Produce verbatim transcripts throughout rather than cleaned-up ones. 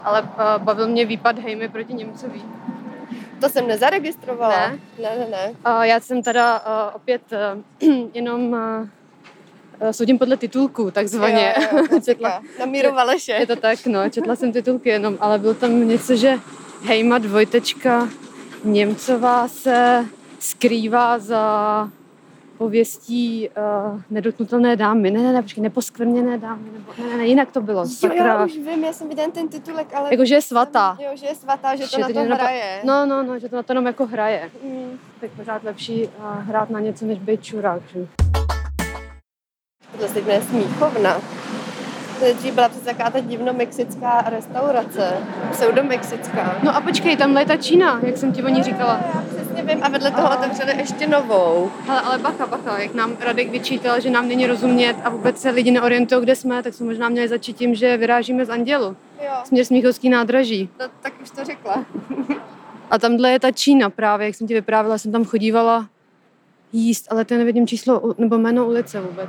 Ale uh, bavil mě výpad Hejmy proti Němcovi. To jsem nezaregistrovala. Ne? Ne, ne, ne. Uh, já jsem teda uh, opět uh, jenom uh, soudím podle titulku, takzvaně. Jo, jo, klasika. Na Míru Valeše. Je to tak, no, četla jsem titulky jenom, ale bylo tam něco, že Hejma dvojtečka Němcová se skrývá za pověstí uh, nedotknutelné dámy. Ne, ne, ne, počkej, neposkvrněné dámy, nebo ne, ne, ne, jinak to bylo. Jo, já už vím, já jsem viděla ten titulek, ale... Jako, že je svatá. Jo, že je svatá, že to že na to nenapa- hraje. No, no, no, že to na to jenom jako hraje. Mm. Tak pořád lepší uh, hrát na něco, než být čurák, že? Tohle se jmenuje Smíchovna. Dřív byla přes taková ta divno-mexická restaurace. Pseudomexická. No a počkej, tamhle je ta Čína, jak jsem ti o ní říkala. Já přesně vím. A vedle toho otevřeli ještě novou. Hele, ale bacha, bacha, jak nám Radek vyčítal, že nám není rozumět a vůbec se lidi neorientují, kde jsme, tak jsme možná měli začít tím, že vyrážíme z Andělu. Jo. Směr Smíchovský nádraží. No, tak už to řekla. A tamhle je ta Čína právě, jak jsem ti vyprávěla, jsem tam chodívala jíst, ale to nevidím číslo nebo jméno ulice vůbec.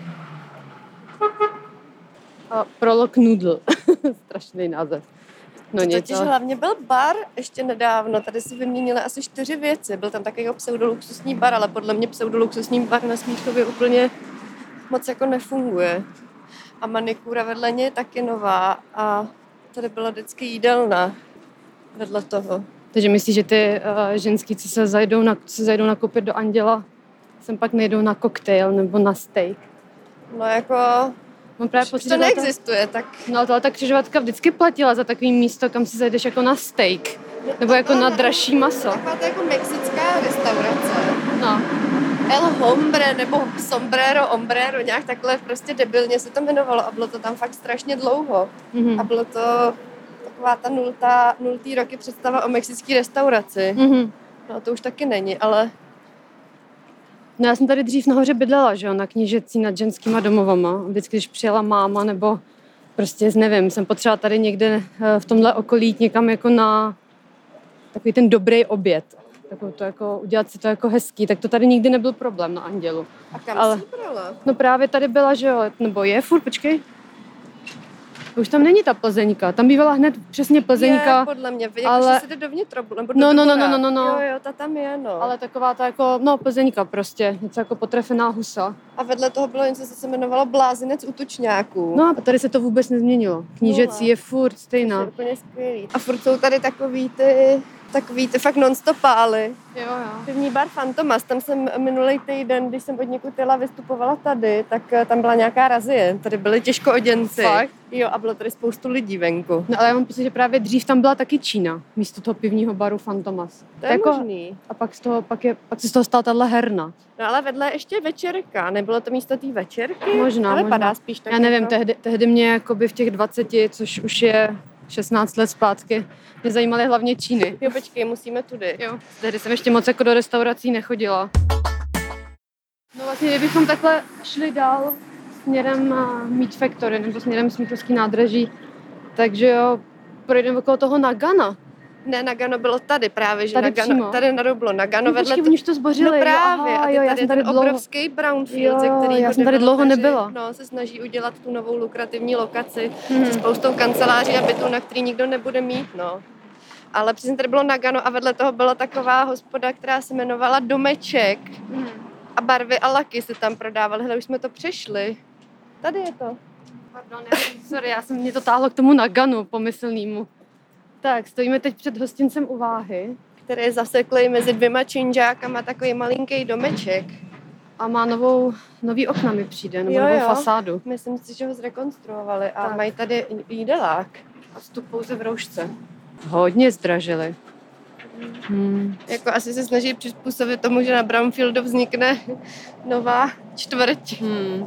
A Prolog Noodle. Strašný název. No nic, Totiž ale... hlavně byl bar ještě nedávno, tady si vyměnili asi čtyři věci. Byl tam takový pseudoluxusní bar, ale podle mě pseudoluxusní bar na Smíchově úplně moc jako nefunguje. A manikúra vedle něj je taky nová a tady byla vždycky jídelna vedle toho. Takže myslíš, že ty uh, ženský, co se zajdou, na, co se zajdou nakoupit do Anděla, sem pak nejdou na koktejl nebo na steak? No jako... Mám právě Už pocit, to že neexistuje, tak... No ale tohle ta křižovatka vždycky platila za takový místo, kam si zajdeš jako na steak. Nebo jako na dražší maso. Taková to jako mexická restaurace. No. El Hombre nebo Sombrero, Ombrero, nějak takhle prostě debilně se to jmenovalo a bylo to tam fakt strašně dlouho. Mm-hmm. A bylo to taková ta nultá, nultý roky představa o mexické restauraci. Mm-hmm. No to už taky není, ale... No já jsem tady dřív nahoře bydlela, že jo, na Knížecí nad ženskýma domovama. Vždycky, když přijela máma nebo prostě, nevím, jsem potřeba tady někde v tomhle okolí jít někam jako na takový ten dobrý oběd. Takovou to jako, udělat si to jako hezký, tak to tady nikdy nebyl problém na Andělu. A kam ale... jsi brala? No právě tady byla, že jo, nebo je furt, počkej. Už tam není ta Plzeňka, tam bývala hned přesně Plzeňka. Je, podle mě, jako, ale... že se jde dovnitř, nebo do no, no, no, dvora. no, no, no. Jo, jo, ta tam je, no. Ale taková ta jako, no Plzeňka prostě, něco jako potrefená husa. A vedle toho bylo něco, co se jmenovalo Blázinec u tučňáků. No a tady se to vůbec nezměnilo. Knížecí je furt stejná. To je úplně skvělý. A furt jsou tady takový ty, takový ty fakt non-stopály. Jo, jo. Pivní bar Fantomas, tam jsem minulý týden, když jsem od někud jela, vystupovala tady, tak tam byla nějaká razie. Tady byli těžkooděnci. Fakt? Jo, a bylo tady spoustu lidí venku. No ale já mám pocit, že právě dřív tam byla taky Čína, místo toho pivního baru Fantomas. To je jako, možný. A pak, z toho, pak, je, pak se z toho stala tahle herna. No ale vedle ještě večerka, nebylo to místo té večerky? Možná, to vypadá možná. spíš tak Já nevím, jako... tehdy, tehdy mě jakoby v těch dvaceti, což už je šestnáct let zpátky, mě zajímaly hlavně Číny. Jo, počkej, musíme tudy. Jo. Tehdy jsem ještě moc jako do restaurací nechodila. No vlastně, kdybychom takhle šli dál směrem Meat Factory nebo směrem Smíchovský nádraží, takže jo, projdeme okolo toho Nagana. Ne, Nagano bylo tady právě, že Tady Nagano, přímo. tady najednou bylo Nagano No, vedle... počkej, oni už to zbořili. No právě, Aha, a jo, já tady jsem tady ten dlouho... obrovský brownfield, ze Jo, kterého já jsem tady dlouho nebyla. No, se snaží udělat tu novou lukrativní lokaci Hmm. se spoustou kanceláří a bytů, na který nikdo nebude mít, no. Ale přesně tady bylo Nagano a vedle toho byla taková hospoda, která se jmenovala Domeček Hmm. a barvy a laky se tam prodávaly. Hele, už jsme to přešli. Tady je to. Pardon, já, sorry, já jsem mě to táhlo k tomu Naganu pomyslnému. Tak, stojíme teď před hostincem u Váhy. Který je zaseklý mezi dvěma činžákama, takový malinký domeček. A má novou, nový okna mi přijde, nebo Jo, novou jo. fasádu. Myslím si, že ho zrekonstruovali a Tak. mají tady jídelák. A vstup pouze v roušce. Hodně zdražili. Hmm. Jako asi se snaží přizpůsobit tomu, že na Brownfieldu vznikne nová čtvrť. Hmm.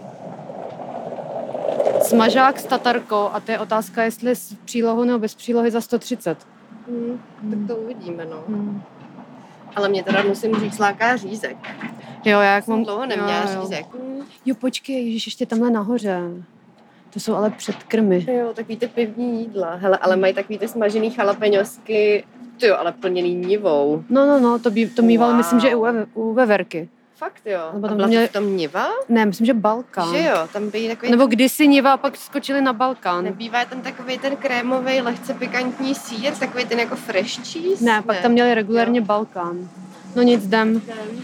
Smažák s tatarkou a to je otázka, jestli s přílohou nebo bez přílohy za sto třicet. Hmm, tak to uvidíme, no. Hmm. Ale mě teda musím říct, láká řízek. Jo, já jak Jsem mám... dlouho neměla jo, jo. řízek. Hmm. Jo, počkej, ježiš, ještě tamhle nahoře. To jsou ale předkrmy. Jo, takový ty pivní jídla. Hele, ale mají takový ty smažený chalapeňosky, jo, ale plněný nivou. No, no, no, to, bí, to mýval, Wow. myslím, že i u, u Veverky. Fakt jo. Nebo A tam byla měli- to v tom Niva? Ne, myslím, že Balkán. Že jo, tam bývá takový... Nebo kdysi Niva a pak skočili na Balkán. Nebývá tam takový ten krémový, lehce pikantní sýr, takový ten jako fresh cheese? Ne, pak tam měli regulérně Balkán. No nic, jdem.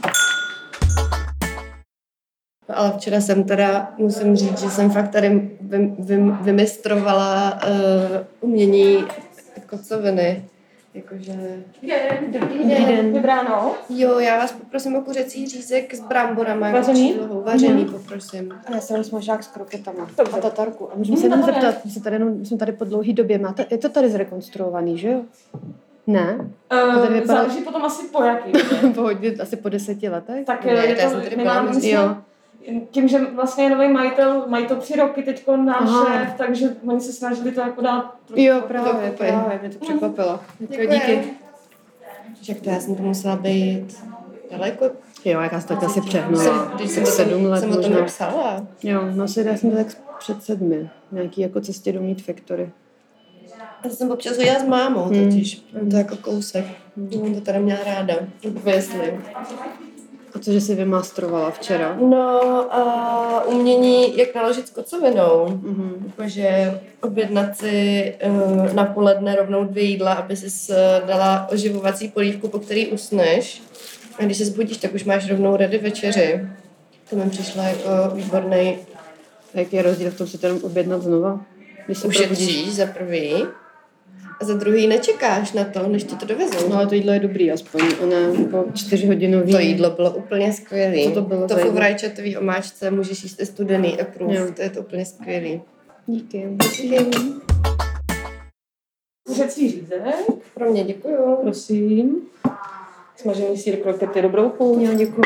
No, ale včera jsem teda, musím říct, že jsem fakt tady vym, vym, vymistrovala uh, umění kocoviny. Jakože... Dobrý den. Vybráno. Jo, já vás poprosím o kuřecí řízek s bramborama. jako Vařený? přílohou. Vařený, poprosím. A já jsem smažák s kroketama. Dobře. A tatarku. A můžeme se jenom zeptat, my jsme tady, jenom, my jsme tady po dlouhý době, máte, je to tady zrekonstruovaný, že jo? Ne? Uh, tady vypadá- záleží potom asi po jaký. Po hodně, asi po deseti letech? Tak Ne, ne, je to já to, jsem tady my byla máme mezi- vlastně, jo. tím, že vlastně je nový majitel, mají to tři roky teďko náš Aha. šéf, takže oni se snažili to jako dát. Jo, právě, dokupy. právě, mě to překvapilo. Děkuji. Díky. Však to já jsem to musela být daleko. Jo, jak já jsem to tak asi přehnula. Jsem, když jsem, sedm let jsem o tom možná. napsala. Jo, no asi já jsem to tak před sedmi. Nějaký jako cestě do Meat Factory. Já jsem občas hodila s mámou Hmm. totiž. To jako kousek. Hmm. To teda měla ráda. Obviously. A co, že jsi vymastrovala včera? No a umění, jak naložit s kocovinou. Mhm. Jakože objednat si uh, na poledne rovnou dvě jídla, aby si dala oživovací polívku, po který usneš. A když se zbudíš, tak už máš rovnou ready večeři. To mi přišlo jako výborný. A jaký je rozdíl v tom si to jenom objednat znova? Když se probudíš? Ušetříš za prvý. A za druhý nečekáš na to, než ti to dovezou. No ale to jídlo je dobrý aspoň, a ne jako čtyřhodinový. To jídlo bylo úplně skvělý. Co to bylo To za v jídlo? rajčatový omáčce můžeš jíst i studený approve. Jo. To je to úplně skvělý. Díky. Kuřecí řízek, Pro mě děkuju. prosím. Smažený sýr, krokety, dobrou chuť. Jo, děkuji.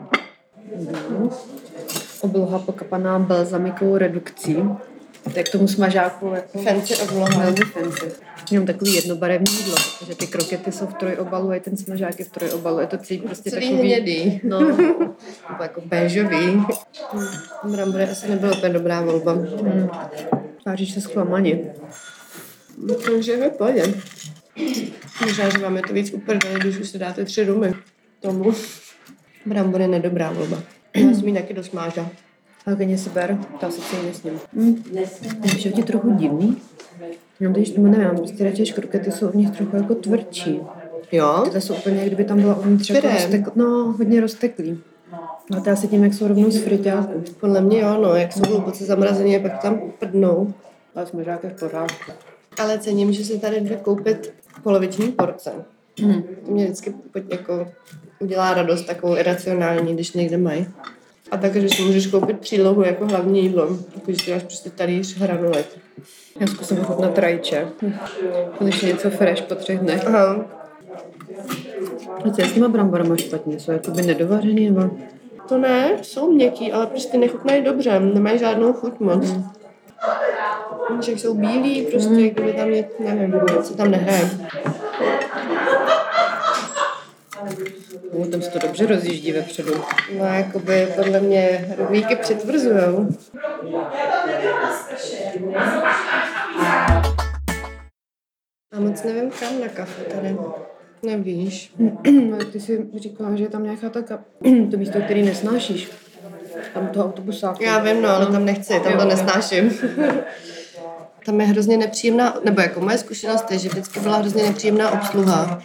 Obloha pokapaná balzamikovou redukcí. To je k tomu smažáku jako Fancy obloha. velmi fancy. Jenom takový jednobarevný jídlo, protože ty krokety jsou v trojobalu a ten smažák je v trojobalu. Je to celý prostě Celý takový... hnědý. No, Nebo jako béžový. Brambory asi nebyla úplně dobrá volba. hmm. Tváříš se zklamaně. Takže je pohodě. Možná, že vám je to víc uprdeli, když už si dáte tři rumy tomu. Brambory nedobrá volba. Já jsem jí taky dost máža. Ale klidně si ber, to asi si ji nesním. Hmm. Je ti trochu divný. No, když to nevím, prostě radši krokety jsou v nich trochu jako tvrdší. Jo? Tyhle jsou úplně, jak kdyby tam byla uvnitř jako Tvrdé. roztekl, no, hodně rozteklý. A to asi tím, jak jsou rovnou z friťáku. Podle mě jo, no. Jak jsou hluboce zamrazený a pak tam prdnou. Ale smažák je v pořádku. Ale cením, že si tady jde koupit poloviční porce. Hmm. To mě vždycky jako udělá radost takovou iracionální, když někde mají. A takže si můžeš koupit přílohu jako hlavní jídlo. Jako, že si dáš prostě talíř hranolek. Já zkusím ochutnat rajče. Konečně něco fresh po třech dnech. Aha. A co je s těma bramborama špatně? Jsou jakoby nedovařený nebo... To ne, jsou měkký, ale prostě nechutnají dobře. Nemají žádnou chuť moc. Mm. Že jsou bílí, prostě mm. kdyby tam je, nevím, co tam nehraje. No, tam se to dobře rozjíždí vepředu. No, jakoby podle mě rohlíky přitvrzujou. A moc nevím kam na kafe tady. Nevíš. Ale ty jsi říkala, že je tam nějaká ta kap... to místo, který nesnášíš. Tam toho autobusáku. Já vím, no, ale tam nechci, tam to Jo, jo. nesnáším. Tam je hrozně nepříjemná, nebo jako moje zkušenost je, že vždycky byla hrozně nepříjemná obsluha.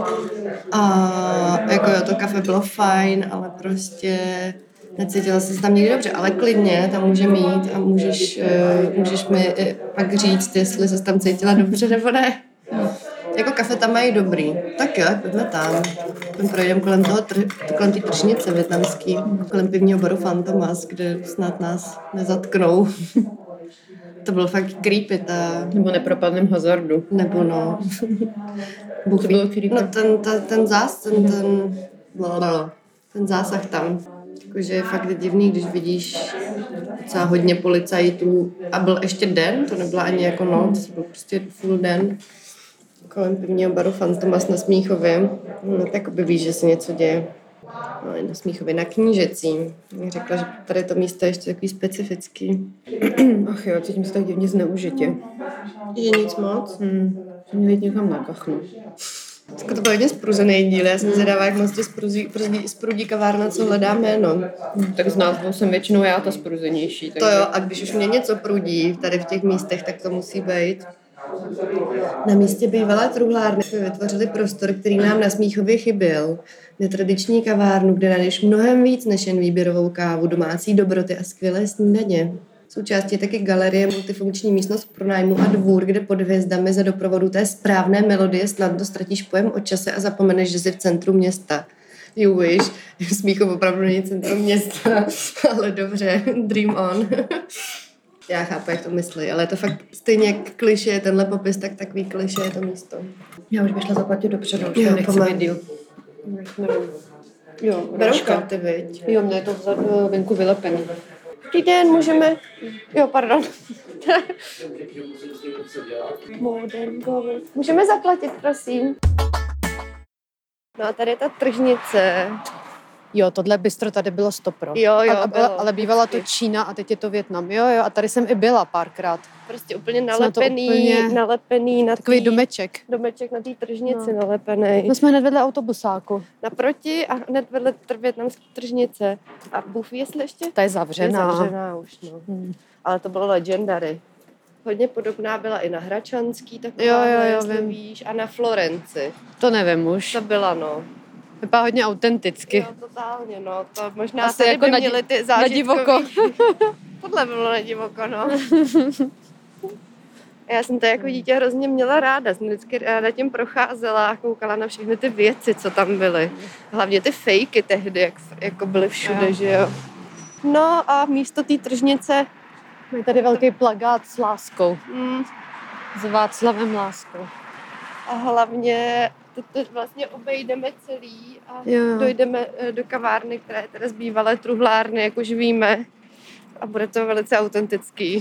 A jako jo, to kafe bylo fajn, ale prostě necítila jsem se tam nikdy dobře, ale klidně tam může mít a můžeš, uh, můžeš mi uh, pak říct, jestli se tam cítila dobře nebo ne. Jako kafe tam mají dobrý. Tak jo, pojďme tam. Tam projdeme kolem toho, tr- kolem té tržnice větnamský, kolem pivního baru Fantomas, kde snad nás nezatknou. To bylo fakt creepy, ta... Nebo nepropadném hazardu. Nebo no... Bůh To bylo ví. creepy. No ten, ta, ten zás, ten, ten... Blablabla. Ten zásah tam. Jakože je fakt divný, když vidíš docela hodně policajtů. A byl ještě den, to nebyla ani jako noc, byl prostě full den. Kolem pivního baru Fantomas na Smíchově. No, tak by víš, že se něco děje. No, na Smíchově, na Knížecí. Já řekla, že tady to místo je ještě takový specifický. Ach jo, cítím se tak divně zneužitě. Je nic moc. Hmm. Že mě jít někam na kachnu. To byl hodně spruzený díl, já jsem zvědavá, jak moc tě sprudí, sprudí, sprudí kavárna, co hledá jméno. Tak z názvu jsem většinou já ta spruzenější. To jo, a když už mě něco prudí tady v těch místech, tak to musí být. Na místě bývalé truhlárny jsme vytvořili prostor, který nám na Smíchově chyběl. Netradiční kavárnu, kde najdeš mnohem víc než jen výběrovou kávu, domácí dobroty a skvělé snídaně. Součástí je taky galerie, multifunkční místnost v pronájmu a dvůr, kde pod hvězdami za doprovodu té správné melodie snadno ztratíš pojem o čase a zapomeneš, že jsi v centru města. You wish. Smíchov opravdu není centrum města, ale dobře, dream on. Já chápu, jak to myslí, ale je to fakt stejně jak kliše je tenhle popis, tak takový kliše je to místo. Já už bych šla zaplatit dopředu, už Jo, nechci pomalu. být díl. Jo, Berou karty, viď? Jo, mě je to vzadu venku vylepený. Dobrý den, můžeme... Jo, pardon. Modern Gold. Můžeme zaplatit, prosím. No a tady je ta tržnice. Jo, tohle bistro tady bylo stopro. Jo, jo, a, a byla, bylo. ale bývala to Čína a teď je to Vietnam. Jo, jo, a tady jsem i byla párkrát. Prostě úplně na to nalepený, úplně- nalepený na Takový tý- domeček. domeček na té tržnici No. nalepený. No jsme hned vedle autobusáku. Naproti a hned vedle tr- vietnamské tržnice. A bůh ví, jestli ještě Ta je je zavřená. zavřená už, no. Hmm. Ale to bylo legendary. Hodně podobná byla i na Hračanský, taková, Jo, jo, jo, jestli vím. víš, a na Florenci. To nevím už. To byla, no. Vypadá hodně autenticky. Jo, totálně, no. To možná Asi tady jako by na di- měli ty na zážitkový... divoko. Podle bylo na divoko, no. A já jsem to jako dítě hrozně měla ráda. Jsem vždycky ráda tím procházela a koukala na všechny ty věci, co tam byly. Hlavně ty fejky tehdy, jak, jako byly všude, Jo. že jo. No a místo té tržnice... Mají tady velký plakát s láskou. Mm, S Václavem Láskou. a hlavně to, to vlastně obejdeme celý a Jo, jo. dojdeme eh, do kavárny, která je teda z bývalé truhlárny, jak už víme. A bude to velice autentický.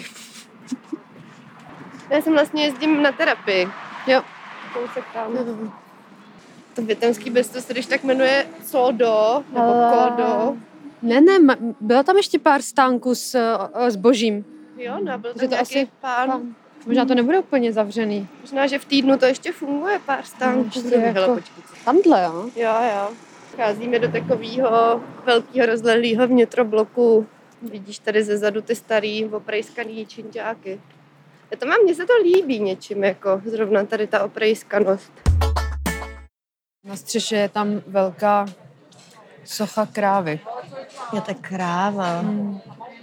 Já jsem vlastně jezdím na terapii. Jo. Kousek tam. To vietnamský bistro se když tak jmenuje Codo, nebo Ale- Kodo. Ne, ne, ma- bylo tam ještě pár stánků s, eh, s božím. Jo, no, byl Že tam to nějaký asi- pán. Tam. Možná to nebude úplně zavřený. Možná, že v týdnu to ještě funguje, pár stánků. ještě Hele, jako- počkej. Tamhle, jo? Jo, jo. Vcházíme do takového velkého rozlehlého vnitrobloku. Vidíš tady ze zadu ty starý oprejskaný činťáky. Já to mám, mně se to líbí něčím, jako zrovna tady ta oprejskanost. Na střeše je tam velká socha krávy. Je to kráva. Hmm.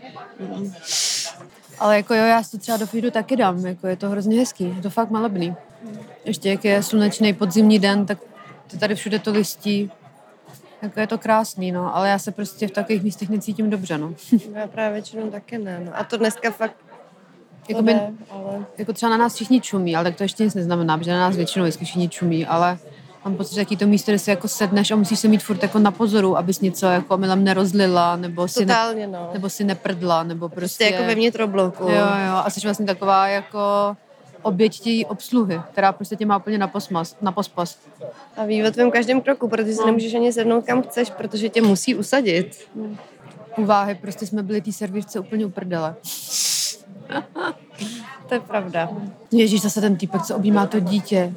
Ale jako jo, já si to třeba do feedu taky dám, jako je to hrozně hezký, je to fakt malebný. Ještě jak je slunečný podzimní den, tak to tady všude to listí. Jako je to krásný, no, ale já se prostě v takových místech necítím dobře, no. Já právě většinou taky ne, no. A to dneska fakt Jako, by, ne, ale... jako třeba na nás všichni čumí, ale tak to ještě nic neznamená, protože na nás většinou vždycky všichni čumí, ale mám pocit, že jaký to místo, kde si jako sedneš a musíš se mít furt jako na pozoru, abys něco jako milem nerozlila, nebo si, ne, Totálně, no. nebo si neprdla, nebo Prostě prostě... jako ve vnitrobloku. Jo, jo, a jsi vlastně taková jako oběť té obsluhy, která prostě tě má úplně na, posmas, na pospas. A ví o tvém každém kroku, protože si No. nemůžeš ani sednout kam chceš, protože tě musí usadit. Uváhy, prostě jsme byli té servírce úplně uprdele. To je pravda. Ježíš, zase ten týpek, co objímá to dítě.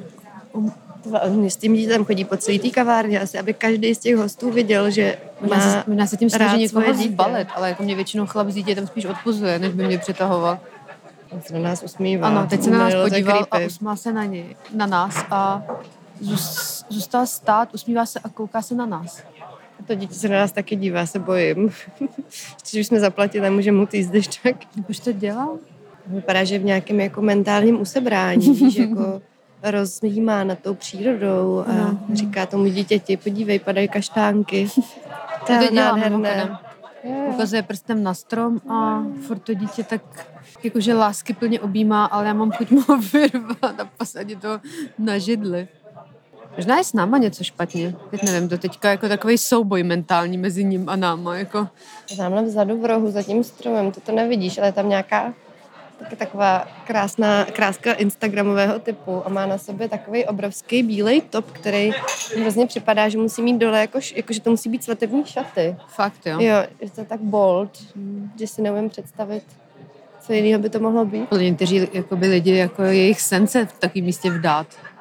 On s tím dítem chodí po celý té kavárně, asi aby každý z těch hostů viděl, že Možná se, má možná se tím rád snaží někoho svoje dítě. zbalit, ale jako mě většinou chlap s dítětem spíš odpuzuje, než by mě přitahoval. On se na nás usmívá. Ano, teď se na nás Mililo, to je podíval a creepy. usmál se na, něj, na nás a zůs- zůstal stát, usmívá se a kouká se na nás. A to dítě se na nás taky dívá, já se bojím. Když už jsme zaplatili, nemůže mu týst, když tak. Proč to dělá? Vypadá, že v nějakém jako mentálním usebrání, víš, jako rozjímá nad tou přírodou a No. říká tomu dítěti, podívej, padají kaštánky. To To je dělá nádherné. mimochodem. Ukazuje prstem na strom a furt to dítě tak jakože lásky plně objímá, ale já mám chuť mu ho vyrvat a posadit to na židli. Možná je s náma něco špatně. Teď nevím, to teďka jako takový souboj mentální mezi ním a náma. Jako. Tamhle vzadu v rohu za tím stromem, to to nevidíš, ale je tam nějaká taky taková krásná kráska instagramového typu a má na sobě takový obrovský bílej top, který hrozně připadá, že musí mít dole, jako, jako že to musí být svatební šaty. Fakt, jo. Jo, je to tak bold, že si neumím představit, co jiného by to mohlo být. Pro někteří jakoby lidi, jako jejich sen se v takovém místě vdát.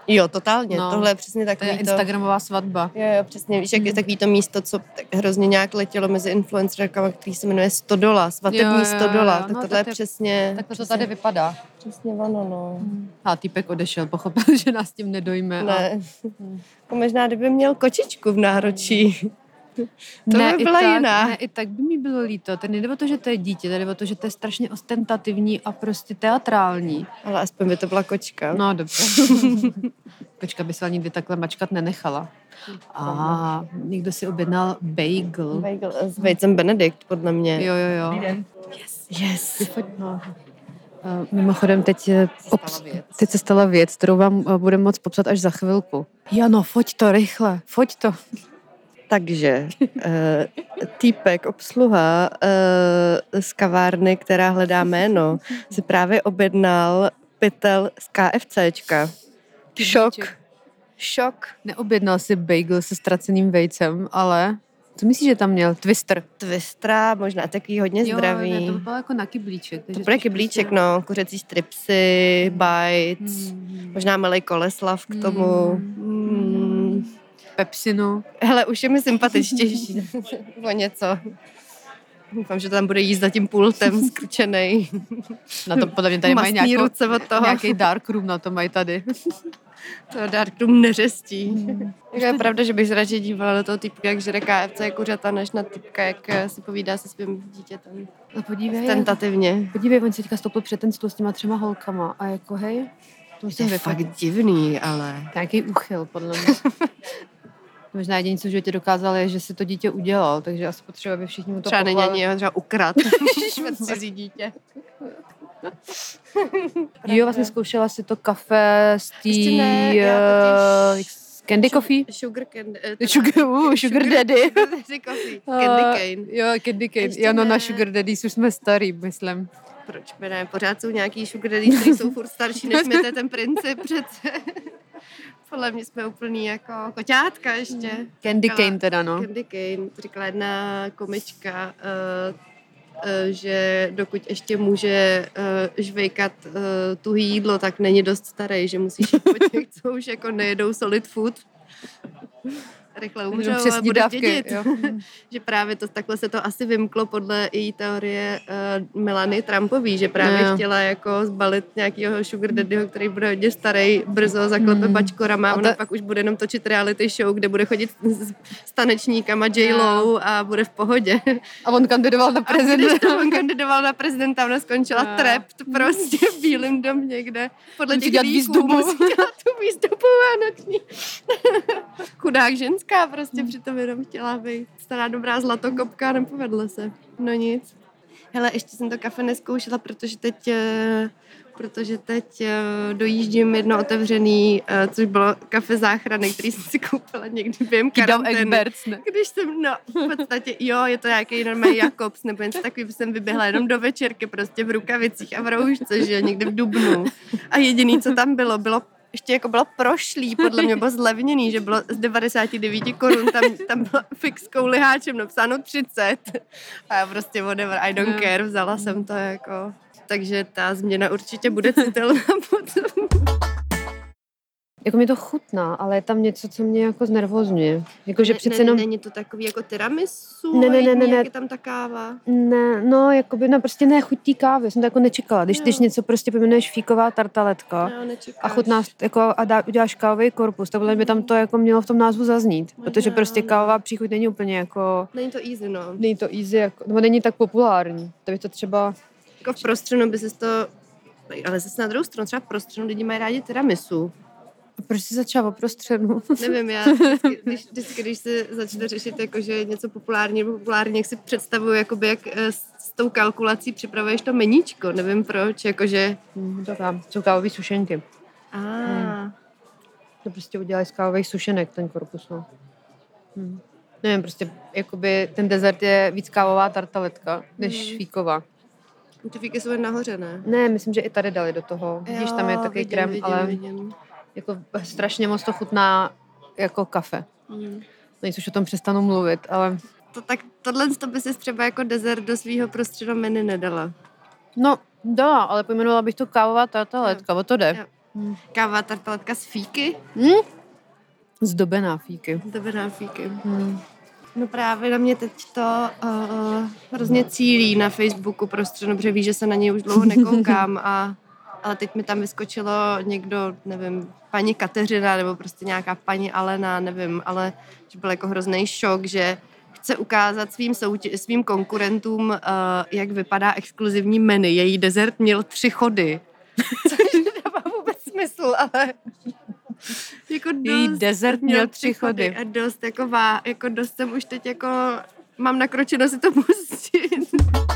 Jo, totálně. No, Tohle je přesně To je takový to... instagramová svatba. Jo, jo, přesně. Víš, jak je takový to místo, co tak hrozně nějak letělo mezi influencerkama, který se jmenuje Stodola, svatební Jo, jo, jo, Stodola. jo. Tak No, tohle je tak to je- přesně... Tak to přesně, tady vypadá. Přesně ono, no. A týpek odešel, pochopil, že nás tím nedojme. A... Ne. Jako možná, kdyby měl kočičku v náročí. To ne, by i byla tak, jiná. Ne, i tak by mi bylo líto. To nejde o to, že to je dítě, to jde o to, že to je strašně ostentativní a prostě teatrální. Ale aspoň by to byla kočka. No, dobře. Kočka by se nikdy takhle mačkat nenechala. A někdo si objednal bagel. Bagel s vejcem Benedikt, podle mě. Jo, jo, jo. Yes. No. Uh, Mimochodem, teď, je stala věc. teď se stala věc, kterou vám uh, budeme moc popsat až za chvilku. Jano, foť to rychle, foť to. Takže uh, týpek, obsluha uh, z kavárny, která hledá jméno, si právě objednal pytel z KFCčka. Šok. Šok. Neobjednal si bagel se ztraceným vejcem, ale co myslíš, že tam měl? Twister. Twistra, možná takový hodně zdravý. Jo, ne, to vypadalo jako na kyblíček. To takže bude spíš kyblíček, prostě- no. Kuřecí stripsy, bites, Hmm. možná malej koleslav k tomu. Mm. Pepsinu. Hele, už je mi sympatičtější. O něco. Doufám, že to tam bude jíst za tím pultem skručenej. Na tom podle mě tady mají Mastný nějakou, ruce od toho. nějaký dark room, na to mají tady. To Dark Room neřestí. Jako je pravda, že bych se radši dívala do toho typka, jak žere K F C kuřata, než na typka, jak si povídá se svým dítětem. A podívej, Tentativně. podívej, on se teďka stoupil před ten stůl s těma třema holkama a jako hej, to To musím je vyfakt. fakt divný, ale... Nějaký úchyl, podle mě. Možná jediný, co v životě dokázal, je, že si to dítě udělal, takže asi potřebuje, aby všichni mu to Třeba není pochválili. ani jeho, třeba ukrat. Švet cizí dítě. Jo, vlastně zkoušela si to kafe z Ještě tý... ne, já eh, totiž- Candy coffee? Sugar candy. eh, teda- Sugar, uh, sugar daddy. Sugar daddy coffee. Candy cane. Jo, Candy cane. Ještě Jo, no na ne. Sugar Daddies už jsme starý, myslím. Proč by ne? Pořád jsou nějaký sugar daddy, kteří jsou furt starší než my, to je ten princip přece. Podle mě jsme úplný jako koťátka ještě. Candy Říkala- cane teda, no. Candy cane, to říkala jedna komička, uh, uh, že dokud ještě může uh, žvejkat uh, tuhý jídlo, tak není dost starý, že musíš jít po těch, co už jako nejedou solid food. Rychle umřou, ale Přesní bude dávky, dědit. jo. Že právě to, takhle se to asi vymklo podle její teorie uh, Melanie Trumpový, že právě Jo. chtěla jako zbalit nějakého sugar daddyho, který bude hodně starý, brzo zaklepe Mm. bačkorama a A ona to- pak už bude jenom točit reality show, kde bude chodit s, s tanečníkama J-Lo a bude v pohodě. A on kandidoval na A když prezidenta. on kandidoval na prezidenta, ona skončila Jo. trapped prostě v Bílém domě, kde podle Musí těch dělat líků výzdobu. musí dělat tu výzdobu vánoční. Chudák ženská prostě přitom jenom chtěla být stará dobrá zlatokopka, nepovedlo se. No nic. Hele, ještě jsem to kafe neskoušela, protože teď, eh, protože teď eh, dojíždím jedno otevřený, eh, což bylo kafe záchrany, který jsem si koupila někdy během Kingdom karantény. Experts, ne? Když jsem, no, v podstatě, jo, je to nějaký normální Jakobs, nebo něco takový, jsem vyběhla jenom do večerky, prostě v rukavicích a v roušce, že jo, někdy v dubnu. A jediný, co tam bylo, bylo ještě jako bylo prošlý, podle mě bylo zlevněný, že bylo z devadesát devět korun, tam, tam bylo fixkou liháčem napsáno třicet. A já prostě whatever, I don't care, vzala jsem to jako. Takže ta změna určitě bude citelná potom. Jako mi to chutná, ale je tam něco, co mě jako znervozňuje. Jakože Ne- přece ne- jenom... Není to takový jako tiramisu, Ne, ne, ne, ne, ne. jak je tam ta káva. Ne, no, jakoby, no, prostě ne chuť té kávy, jsem to jako nečekala. Když, Jo. když něco prostě pojmenuješ fíková tartaletka No, nečekáš. a chutná, jako, a dá, uděláš kávový korpus, tak podle mě by tam to jako mělo v tom názvu zaznít, Možná, protože prostě no. kávová příchuť není úplně jako, Není to easy, no. není to easy, jako, nebo není tak populární, to by to třeba, Jako v prostřenu by se to... Ale zase na druhou stranu, třeba v prostřenu lidi mají rádi tiramisu. proč jsi začala o prostředu? Nevím, já vždycky, když, vždycky, když se začne řešit, jako, že je něco populární nebo populární, jak si představuju, jakoby, jak eh, s, s tou kalkulací připravuješ to meníčko. Nevím proč, jakože... Hm, to tam, jsou kávové sušenky. A, Hmm. To prostě udělají z kávových sušenek, ten korpus, no. Hm. Nevím, prostě, jakoby ten dezert je víc kávová tartaletka, než Mhm. fíková. ty fíky jsou jen nahoře, ne? Ne, myslím, že i tady dali do toho. Vidíš, tam je Jo, takový vidím, krém, vidím, ale Vidím. jako strašně moc to chutná jako kafe. Mm. Nejc už o tom přestanu mluvit, ale To, tak tohle to by si třeba jako dezert do svého prostředu menu nedala. no, dala, ale pojmenovala bych to kávová tartaletka, o to jde. Jo. Káva tarteletka z fíky. Hm? Zdobená fíky. Dobrá fíky. Hmm. No právě na mě teď to uh, hrozně cílí na Facebooku prostě, dobře ví, že se na něj už dlouho nekoukám, a, ale teď mi tam vyskočilo někdo, nevím, paní Kateřina nebo prostě nějaká paní Alena, nevím, ale že byl jako hrozný šok, že chce ukázat svým, soutě- svým konkurentům, uh, jak vypadá exkluzivní menu. Její dezert měl tři chody. Což nedává vůbec smysl, ale jako dost, Její dezert měl tři chody. A dost, jako, vá, jako dost jsem už teď jako, mám nakročeno si to pustit.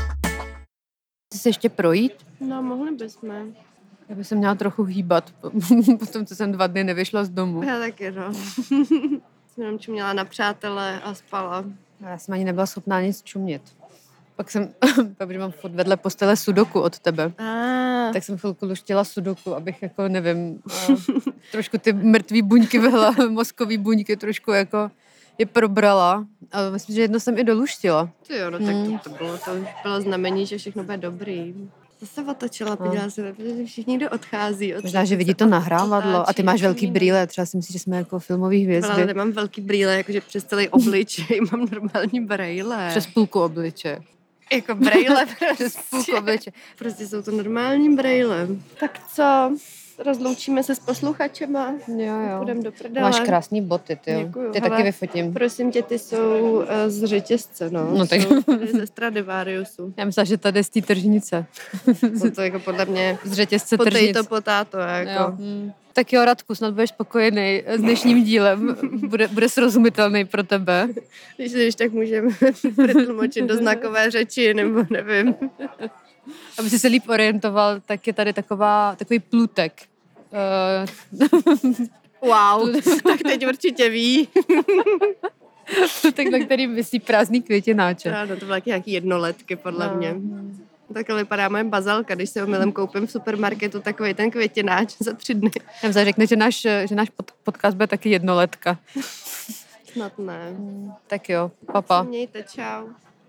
Chci se ještě projít? No, mohli bychom. Já bych se měla trochu hýbat, po tom, co jsem dva dny nevyšla z domu. Já taky, no. Jsem jenom čuměla na přátele a spala. Já jsem ani nebyla schopná nic čumět. Pak jsem, protože mám furt vedle postele sudoku od tebe, Ah, tak jsem chvilku luštila sudoku, abych jako, nevím, a trošku ty mrtvý buňky v hlavě, mozkový buňky trošku jako je probrala. A myslím, že jedno jsem i doluštila. ty jo, no tak to, to bylo, to už bylo znamení, že všechno bude dobrý. Zase otočila, podívala se, protože všichni jde odchází. Od Možná, že vidí to nahrávadlo. A ty máš velký brýle, třeba si myslíš, že jsme jako filmový Ale hvězdy. nemám velký brýle, jakože přes celý obličej mám normální brýle. Přes půlku obliče. Jako brejle Přes půlku obliče. Prostě jsou to normální brejle. Tak co? Rozloučíme se s posluchačema. Jo, jo. Půjdeme do prdele. Máš krásný boty, ty jo. Děkuju. Ty Hele, taky vyfotím. Prosím tě, ty jsou uh, z řetězce, no. No tak- Jsou tady ze Stradivariusu. Já myslela, že tady z té tržnice. Jsou to jako podle mě Z řetězce potato tržnic. potato, jako. Jo. Hmm. Tak jo, Radku, snad budeš spokojený s dnešním dílem. Bude, bude srozumitelný pro tebe. Když, když tak můžeme protlumočit do znakové řeči, nebo nevím. Aby si se líp orientoval, tak je tady taková, takový plutek. Uh, Wow, tak teď určitě ví. plutek, na kterým visí prázdný květináče. Ano, to byly nějaký jednoletky, podle No. mě. Takhle vypadá moje bazalka, když se ho milem koupím v supermarketu, takový ten květináč za tři dny. Já vám řekne, že náš, že náš pod, podcast bude taky jednoletka. Snad ne. Tak jo, papa. Mějte, čau.